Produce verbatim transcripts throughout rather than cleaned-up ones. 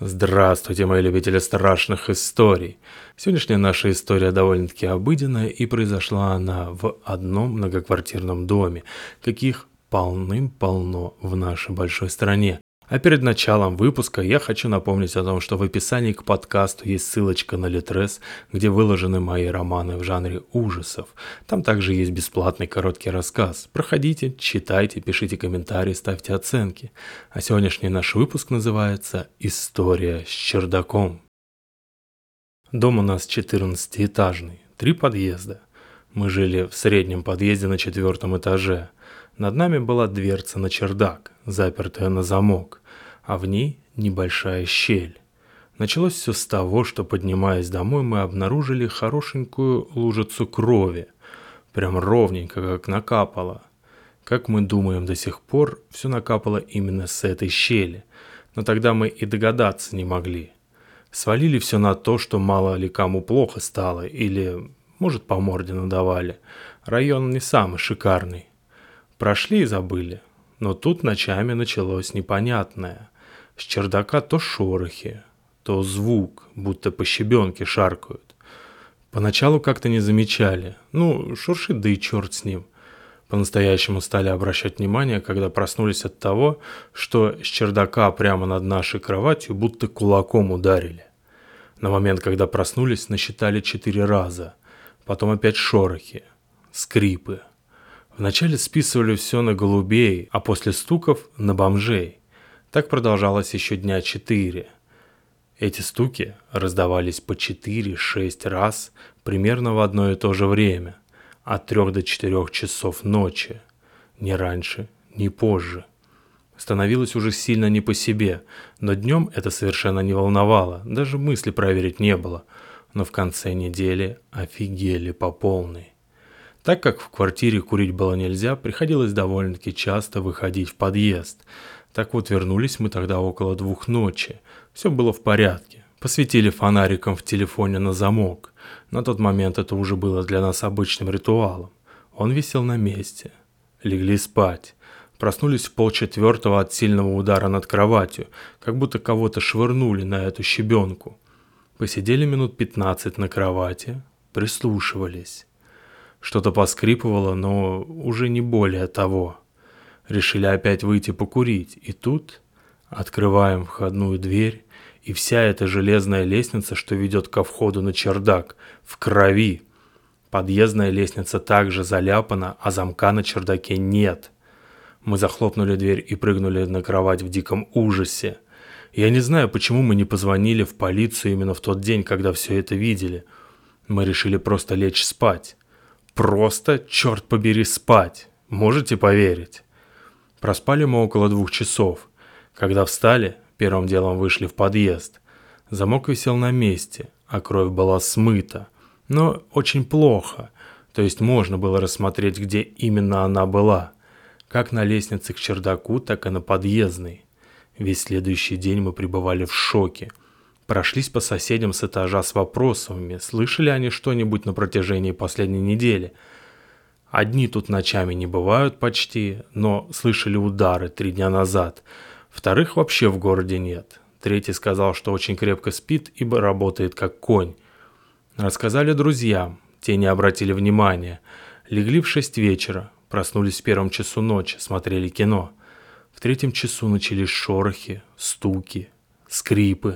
Здравствуйте, мои любители страшных историй. Сегодняшняя наша история довольно-таки обыденная, и произошла она в одном многоквартирном доме, каких полным-полно в нашей большой стране. А перед началом выпуска я хочу напомнить о том, что в описании к подкасту есть ссылочка на Литрес, где выложены мои романы в жанре ужасов. Там также есть бесплатный короткий рассказ. Проходите, читайте, пишите комментарии, ставьте оценки. А сегодняшний наш выпуск называется «История с чердаком». Дом у нас четырнадцатиэтажный, три подъезда. Мы жили в среднем подъезде на четвертом этаже. Над нами была дверца на чердак, запертая на замок, а в ней небольшая щель. Началось все с того, что, поднимаясь домой, мы обнаружили хорошенькую лужицу крови. Прям ровненько, как накапало. Как мы думаем до сих пор, все накапало именно с этой щели. Но тогда мы и догадаться не могли. Свалили все на то, что мало ли кому плохо стало, или, может, по морде надавали. Район не самый шикарный. Прошли и забыли. Но тут ночами началось непонятное. С чердака то шорохи, то звук, будто по щебенке шаркают. Поначалу как-то не замечали. Ну, шуршит, да и черт с ним. По-настоящему стали обращать внимание, когда проснулись от того, что с чердака прямо над нашей кроватью будто кулаком ударили. На момент, когда проснулись, насчитали четыре раза. Потом опять шорохи, скрипы. Вначале списывали все на голубей, а после стуков – на бомжей. Так продолжалось еще дня четыре. Эти стуки раздавались по четыре-шесть раз примерно в одно и то же время, от трех до четырех часов ночи, ни раньше, ни позже. Становилось уже сильно не по себе, но днем это совершенно не волновало, даже мысли проверить не было, но в конце недели офигели по полной. Так как в квартире курить было нельзя, приходилось довольно-таки часто выходить в подъезд. Так вот, вернулись мы тогда около двух ночи. Все было в порядке. Посветили фонариком в телефоне на замок. На тот момент это уже было для нас обычным ритуалом. Он висел на месте. Легли спать. Проснулись в полчетвертого от сильного удара над кроватью, как будто кого-то швырнули на эту щебенку. Посидели минут пятнадцать на кровати, прислушивались. Что-то поскрипывало, но уже не более того. Решили опять выйти покурить, и тут открываем входную дверь, и вся эта железная лестница, что ведет ко входу на чердак, в крови. Подъездная лестница также заляпана, а замка на чердаке нет. Мы захлопнули дверь и прыгнули на кровать в диком ужасе. Я не знаю, почему мы не позвонили в полицию именно в тот день, когда все это видели. Мы решили просто лечь спать. Просто, черт побери, спать. Можете поверить? Проспали мы около двух часов. Когда встали, первым делом вышли в подъезд. Замок висел на месте, а кровь была смыта. Но очень плохо. То есть можно было рассмотреть, где именно она была. Как на лестнице к чердаку, так и на подъездной. Весь следующий день мы пребывали в шоке. Прошлись по соседям с этажа с вопросами, слышали они что-нибудь на протяжении последней недели. Одни тут ночами не бывают почти, но слышали удары три дня назад. Вторых вообще в городе нет. Третий сказал, что очень крепко спит, ибо работает как конь. Рассказали друзьям, те не обратили внимания. Легли в шесть вечера, проснулись в первом часу ночи, смотрели кино. В третьем часу начались шорохи, стуки, скрипы.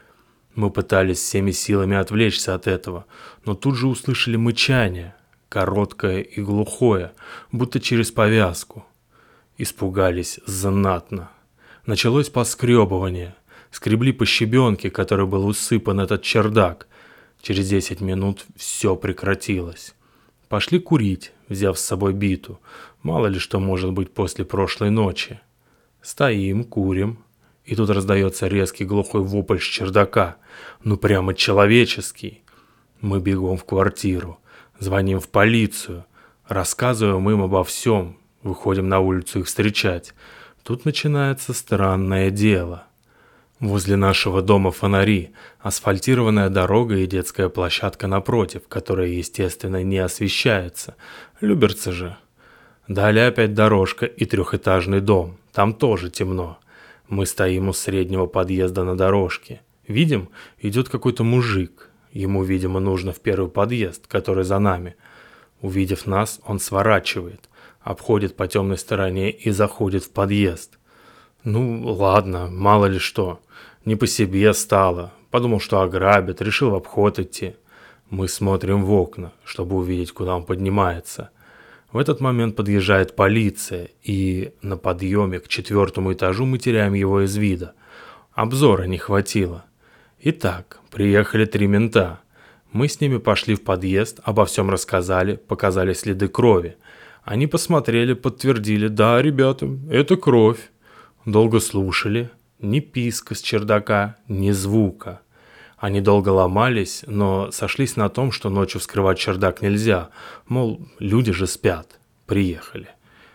Мы пытались всеми силами отвлечься от этого, но тут же услышали мычание, короткое и глухое, будто через повязку. Испугались знатно. Началось поскребывание. Скребли по щебенке, которой был усыпан этот чердак. Через десять минут все прекратилось. Пошли курить, взяв с собой биту. Мало ли что может быть после прошлой ночи. Стоим, курим. И тут раздается резкий глухой вопль с чердака. Ну прямо человеческий. Мы бегом в квартиру. Звоним в полицию. Рассказываем им обо всем. Выходим на улицу их встречать. Тут начинается странное дело. Возле нашего дома фонари, асфальтированная дорога и детская площадка напротив, которая, естественно, не освещается. Люберцы же. Далее опять дорожка и трехэтажный дом. Там тоже темно. Мы стоим у среднего подъезда на дорожке. Видим, идет какой-то мужик. Ему, видимо, нужно в первый подъезд, который за нами. Увидев нас, он сворачивает, обходит по темной стороне и заходит в подъезд. Ну, ладно, мало ли что. Не по себе стало. Подумал, что ограбят, решил в обход идти. Мы смотрим в окна, чтобы увидеть, куда он поднимается. В этот момент подъезжает полиция, и на подъеме к четвертому этажу мы теряем его из вида. Обзора не хватило. Итак, приехали три мента. Мы с ними пошли в подъезд, обо всем рассказали, показали следы крови. Они посмотрели, подтвердили: да, ребята, это кровь. Долго слушали. Ни писка с чердака, ни звука. Они долго ломались, но сошлись на том, что ночью вскрывать чердак нельзя. Мол, люди же спят. Приехали.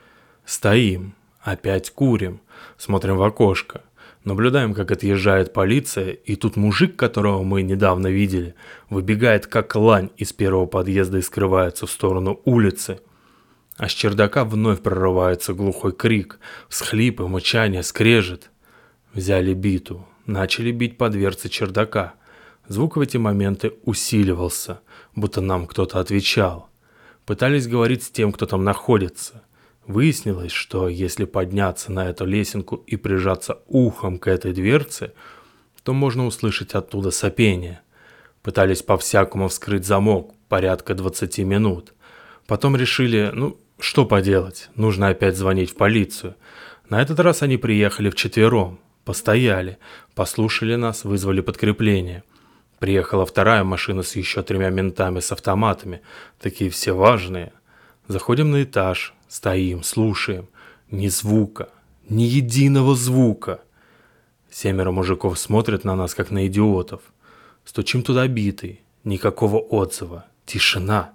Стоим, опять курим, смотрим в окошко. Наблюдаем, как отъезжает полиция, и тут мужик, которого мы недавно видели, выбегает как лань из первого подъезда и скрывается в сторону улицы. А с чердака вновь прорывается глухой крик, всхлипы, мычание, скрежет. Взяли биту, начали бить по дверце чердака. Звук в эти моменты усиливался, будто нам кто-то отвечал. Пытались говорить с тем, кто там находится. Выяснилось, что если подняться на эту лесенку и прижаться ухом к этой дверце, то можно услышать оттуда сопение. Пытались по-всякому вскрыть замок порядка двадцати минут. Потом решили, ну, что поделать, нужно опять звонить в полицию. На этот раз они приехали вчетвером, постояли, послушали нас, вызвали подкрепление. Приехала вторая машина с еще тремя ментами с автоматами, такие все важные. Заходим на этаж, стоим, слушаем. Ни звука, ни единого звука. Семеро мужиков смотрят на нас, как на идиотов. Стучим туда битой, никакого отзыва, тишина.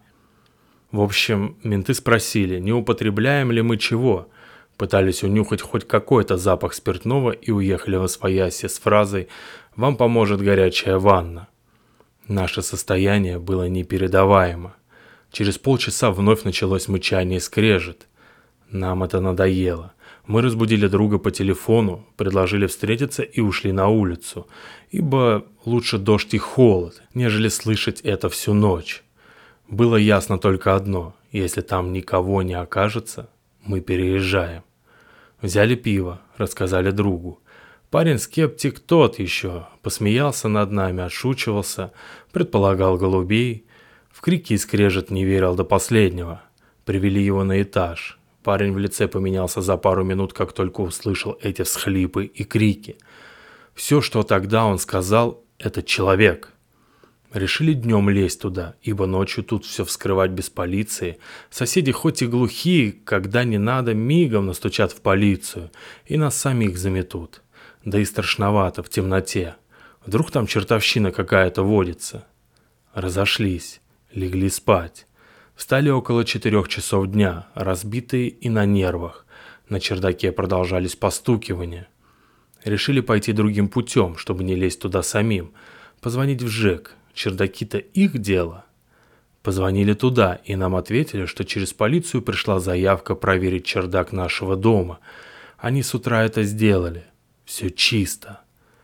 В общем, менты спросили, не употребляем ли мы чего. Пытались унюхать хоть какой-то запах спиртного и уехали восвояси с фразой «Вам поможет горячая ванна». Наше состояние было непередаваемо. Через полчаса вновь началось мычание и скрежет. Нам это надоело. Мы разбудили друга по телефону, предложили встретиться и ушли на улицу, ибо лучше дождь и холод, нежели слышать это всю ночь. Было ясно только одно: если там никого не окажется, мы переезжаем. Взяли пиво, рассказали другу. Парень скептик тот еще, посмеялся над нами, отшучивался, предполагал голубей. В крики и скрежет не верил до последнего. Привели его на этаж. Парень в лице поменялся за пару минут, как только услышал эти всхлипы и крики. Все, что тогда он сказал, это человек. Решили днем лезть туда, ибо ночью тут все вскрывать без полиции. Соседи хоть и глухие, когда не надо, мигом настучат в полицию, и нас самих заметут. Да и страшновато в темноте. Вдруг там чертовщина какая-то водится. Разошлись, легли спать. Встали около четырех часов дня, разбитые и на нервах. На чердаке продолжались постукивания. Решили пойти другим путем, чтобы не лезть туда самим. Позвонить в ЖЭК. Чердаки-то их дело. Позвонили туда, и нам ответили, что через полицию пришла заявка проверить чердак нашего дома. Они с утра это сделали. Все чисто.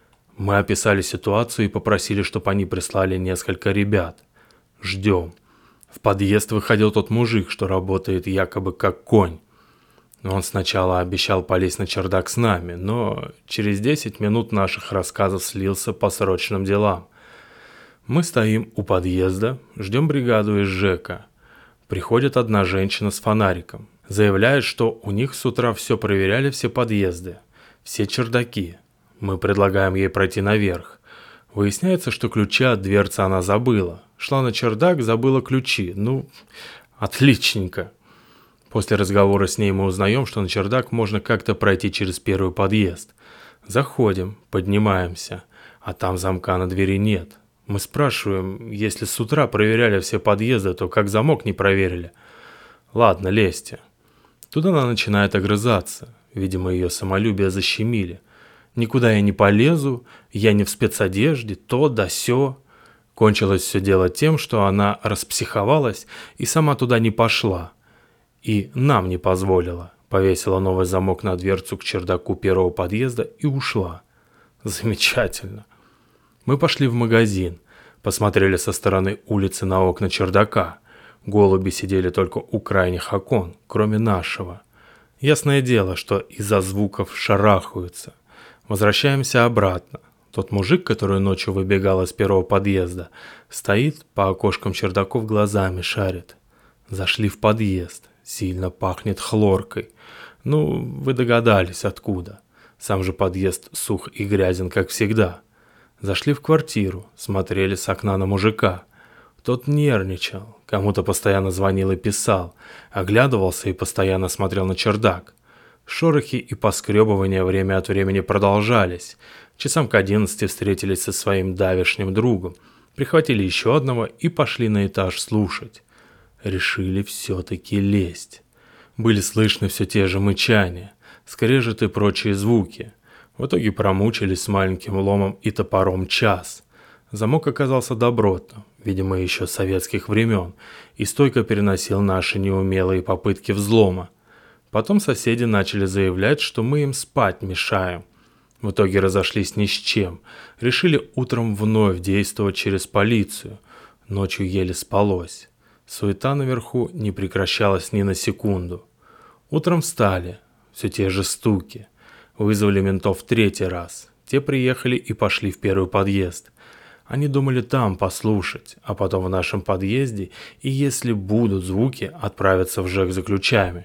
Мы описали ситуацию и попросили, чтобы они прислали несколько ребят. Ждем. В подъезд выходил тот мужик, что работает якобы как конь. Он сначала обещал полезть на чердак с нами, но через десять минут наших рассказов слился по срочным делам. Мы стоим у подъезда, ждем бригаду из ЖЭКа. Приходит одна женщина с фонариком. Заявляет, что у них с утра все проверяли, все подъезды, все чердаки. Мы предлагаем ей пройти наверх. Выясняется, что ключи от дверцы она забыла. Шла на чердак, забыла ключи. Ну, отличненько. После разговора с ней мы узнаем, что на чердак можно как-то пройти через первый подъезд. Заходим, поднимаемся, а там замка на двери нет. Мы спрашиваем, если с утра проверяли все подъезды, то как замок не проверили? Ладно, лезьте. Тут она начинает огрызаться. Видимо, ее самолюбие защемили. Никуда я не полезу, я не в спецодежде, то да сё. Кончилось все дело тем, что она распсиховалась и сама туда не пошла. И нам не позволила. повесила новый замок на дверцу к чердаку первого подъезда и ушла. Замечательно. Мы пошли в магазин, посмотрели со стороны улицы на окна чердака. Голуби сидели только у крайних окон, кроме нашего. Ясное дело, что из-за звуков шарахаются. Возвращаемся обратно. Тот мужик, который ночью выбегал из первого подъезда, стоит по окошкам чердаков, глазами шарит. Зашли в подъезд. Сильно пахнет хлоркой. Ну, вы догадались, откуда. Сам же подъезд сух и грязен, как всегда. Зашли в квартиру, смотрели с окна на мужика. Тот нервничал, кому-то постоянно звонил и писал, оглядывался и постоянно смотрел на чердак. Шорохи и поскребывания время от времени продолжались. Часам к одиннадцати встретились со своим давешним другом, прихватили еще одного и пошли на этаж слушать. Решили все-таки лезть. Были слышны все те же мычания, скрежет и прочие звуки. В итоге промучились с маленьким ломом и топором час. Замок оказался добротным, видимо, еще с советских времен, и стойко переносил наши неумелые попытки взлома. Потом соседи начали заявлять, что мы им спать мешаем. В итоге разошлись ни с чем. Решили утром вновь действовать через полицию. Ночью еле спалось. Суета наверху не прекращалась ни на секунду. Утром встали. Все те же стуки. Вызвали ментов в третий раз. Те приехали и пошли в первый подъезд. Они думали там послушать, а потом в нашем подъезде, и если будут звуки, отправятся в ЖЭК за ключами.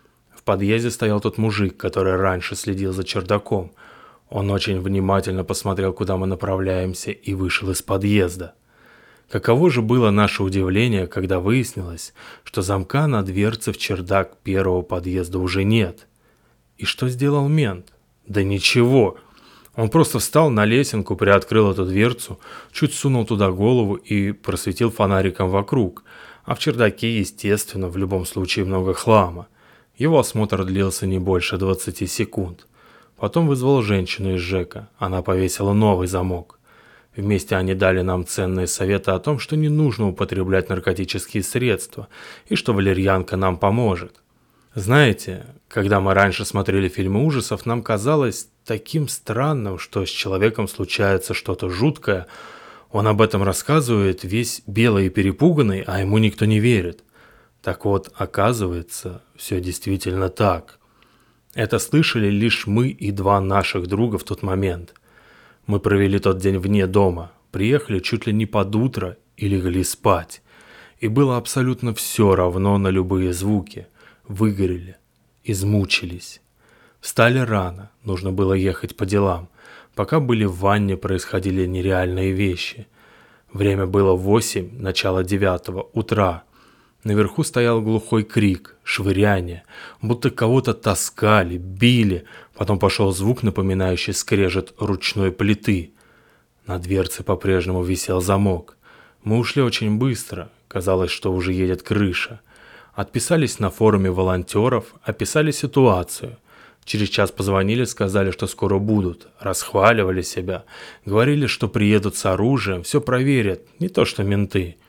В подъезде стоял тот мужик, который раньше следил за чердаком. Он очень внимательно посмотрел, куда мы направляемся, и вышел из подъезда. Каково же было наше удивление, когда выяснилось, что замка на дверце в чердак первого подъезда уже нет. И что сделал мент? Да ничего. Он просто встал на лесенку, приоткрыл эту дверцу, чуть сунул туда голову и просветил фонариком вокруг. А в чердаке, естественно, в любом случае много хлама. Его осмотр длился не больше двадцати секунд. Потом вызвал женщину из ЖЭКа. Она повесила новый замок. Вместе они дали нам ценные советы о том, что не нужно употреблять наркотические средства и что валерьянка нам поможет. Знаете, когда мы раньше смотрели фильмы ужасов, нам казалось таким странным, что с человеком случается что-то жуткое. Он об этом рассказывает, весь белый и перепуганный, а ему никто не верит. Так вот, оказывается, все действительно так. Это слышали лишь мы и два наших друга в тот момент. Мы провели тот день вне дома, приехали чуть ли не под утро и легли спать. И было абсолютно все равно на любые звуки. Выгорели, измучились. Встали рано, нужно было ехать по делам. Пока были в ванне, происходили нереальные вещи. Время было восемь, начало девятого утра. Наверху стоял глухой крик, швыряние, будто кого-то таскали, били. Потом пошел звук, напоминающий скрежет ручной плиты. На дверце по-прежнему висел замок. Мы ушли очень быстро, казалось, что уже едет крыша. Отписались на форуме волонтеров, описали ситуацию. Через час позвонили, сказали, что скоро будут. Расхваливали себя. Говорили, что приедут с оружием, все проверят, не то что менты.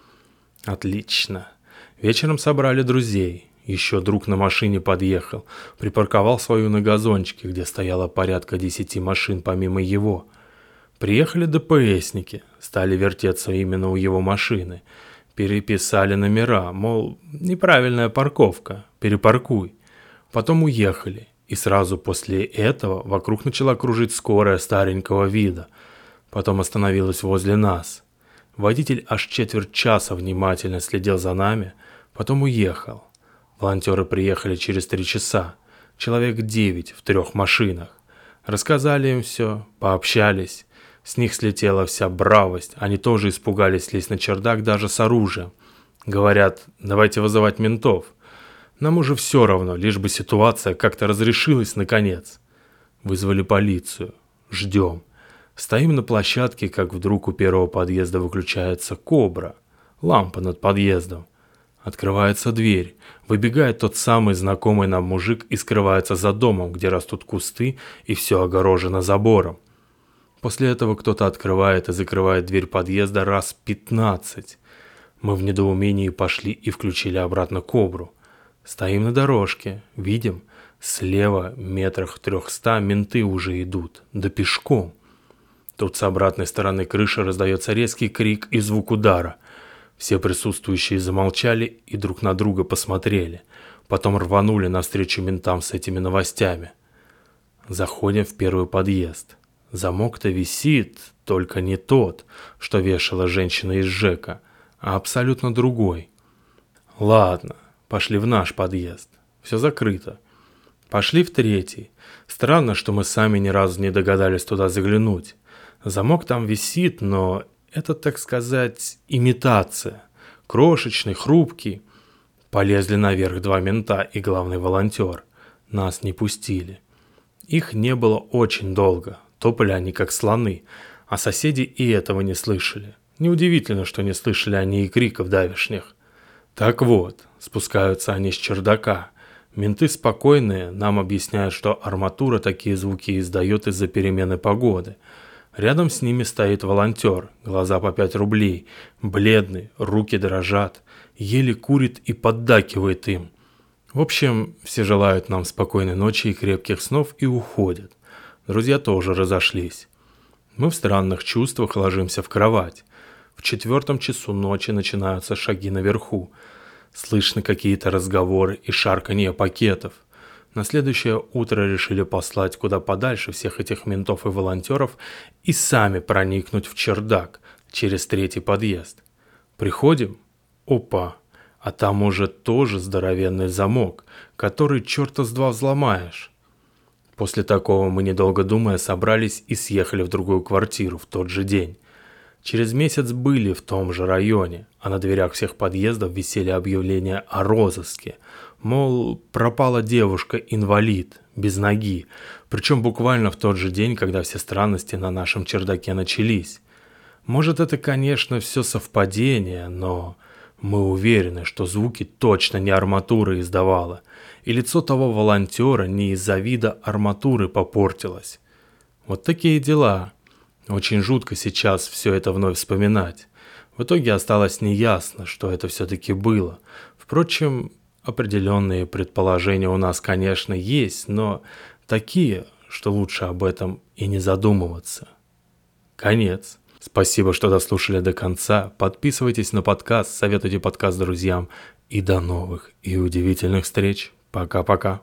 Отлично. Вечером собрали друзей. Еще друг на машине подъехал. Припарковал свою на газончике, где стояло порядка десяти машин помимо его. Приехали ДПСники. Стали вертеться именно у его машины. Переписали номера, мол, неправильная парковка, перепаркуй. Потом уехали. И сразу после этого вокруг начала кружить скорая старенького вида. Потом остановилась возле нас. Водитель аж четверть часа внимательно следил за нами, потом уехал. Волонтеры приехали через три часа, человек девять в трех машинах. Рассказали им все, пообщались. С них слетела вся бравость, они тоже испугались лезть на чердак даже с оружием. Говорят, давайте вызывать ментов. Нам уже все равно, лишь бы ситуация как-то разрешилась наконец. Вызвали полицию. Ждем. Стоим на площадке, как вдруг у первого подъезда выключается кобра. Лампа над подъездом. Открывается дверь. Выбегает тот самый знакомый нам мужик и скрывается за домом, где растут кусты и все огорожено забором. После этого кто-то открывает и закрывает дверь подъезда раз пятнадцать. Мы в недоумении пошли и включили обратно кобру. Стоим на дорожке. Видим, Слева, метрах в трехста, менты уже идут, да пешком. Тут с обратной стороны крыши раздается резкий крик и звук удара. Все присутствующие замолчали и друг на друга посмотрели. Потом рванули навстречу ментам с этими новостями. Заходим в первый подъезд. Замок-то висит, только не тот, что вешала женщина из ЖЭКа, а абсолютно другой. Ладно, пошли в наш подъезд. Все закрыто. Пошли в третий. Странно, что мы сами ни разу не догадались туда заглянуть. Замок там висит, но это, так сказать, имитация. Крошечный, хрупкий. Полезли наверх два мента и главный волонтер. Нас не пустили. Их не было очень долго. Топали они как слоны, а соседи и этого не слышали. Неудивительно, что не слышали они и криков давешних. Так вот, спускаются они с чердака. Менты спокойные нам объясняют, что арматура такие звуки издает из-за перемены погоды. Рядом с ними стоит волонтер, глаза по пять рублей, бледный, руки дрожат, еле курит и поддакивает им. В общем, все желают нам спокойной ночи и крепких снов и уходят. Друзья тоже разошлись. Мы в странных чувствах ложимся в кровать. В четвертом часу ночи начинаются шаги наверху. Слышны какие-то разговоры и шарканье пакетов. На следующее утро решили послать куда подальше всех этих ментов и волонтеров и сами проникнуть в чердак через третий подъезд. Приходим? Опа! А там уже тоже здоровенный замок, который черта с два взломаешь. После такого мы, недолго думая, собрались и съехали в другую квартиру в тот же день. Через месяц были в том же районе, а на дверях всех подъездов висели объявления о розыске. Мол, пропала девушка-инвалид, без ноги, причем буквально в тот же день, когда все странности на нашем чердаке начались. Может, это, конечно, все совпадение, но мы уверены, что звуки точно не арматура издавала, и лицо того волонтера не из-за вида арматуры попортилось. Вот такие дела. Очень жутко сейчас все это вновь вспоминать. В итоге осталось неясно, что это все-таки было. Впрочем, определенные предположения у нас, конечно, есть, но такие, что лучше об этом и не задумываться. Конец. Спасибо, что дослушали до конца. Подписывайтесь на подкаст, советуйте подкаст друзьям. И до новых и удивительных встреч. Пока-пока.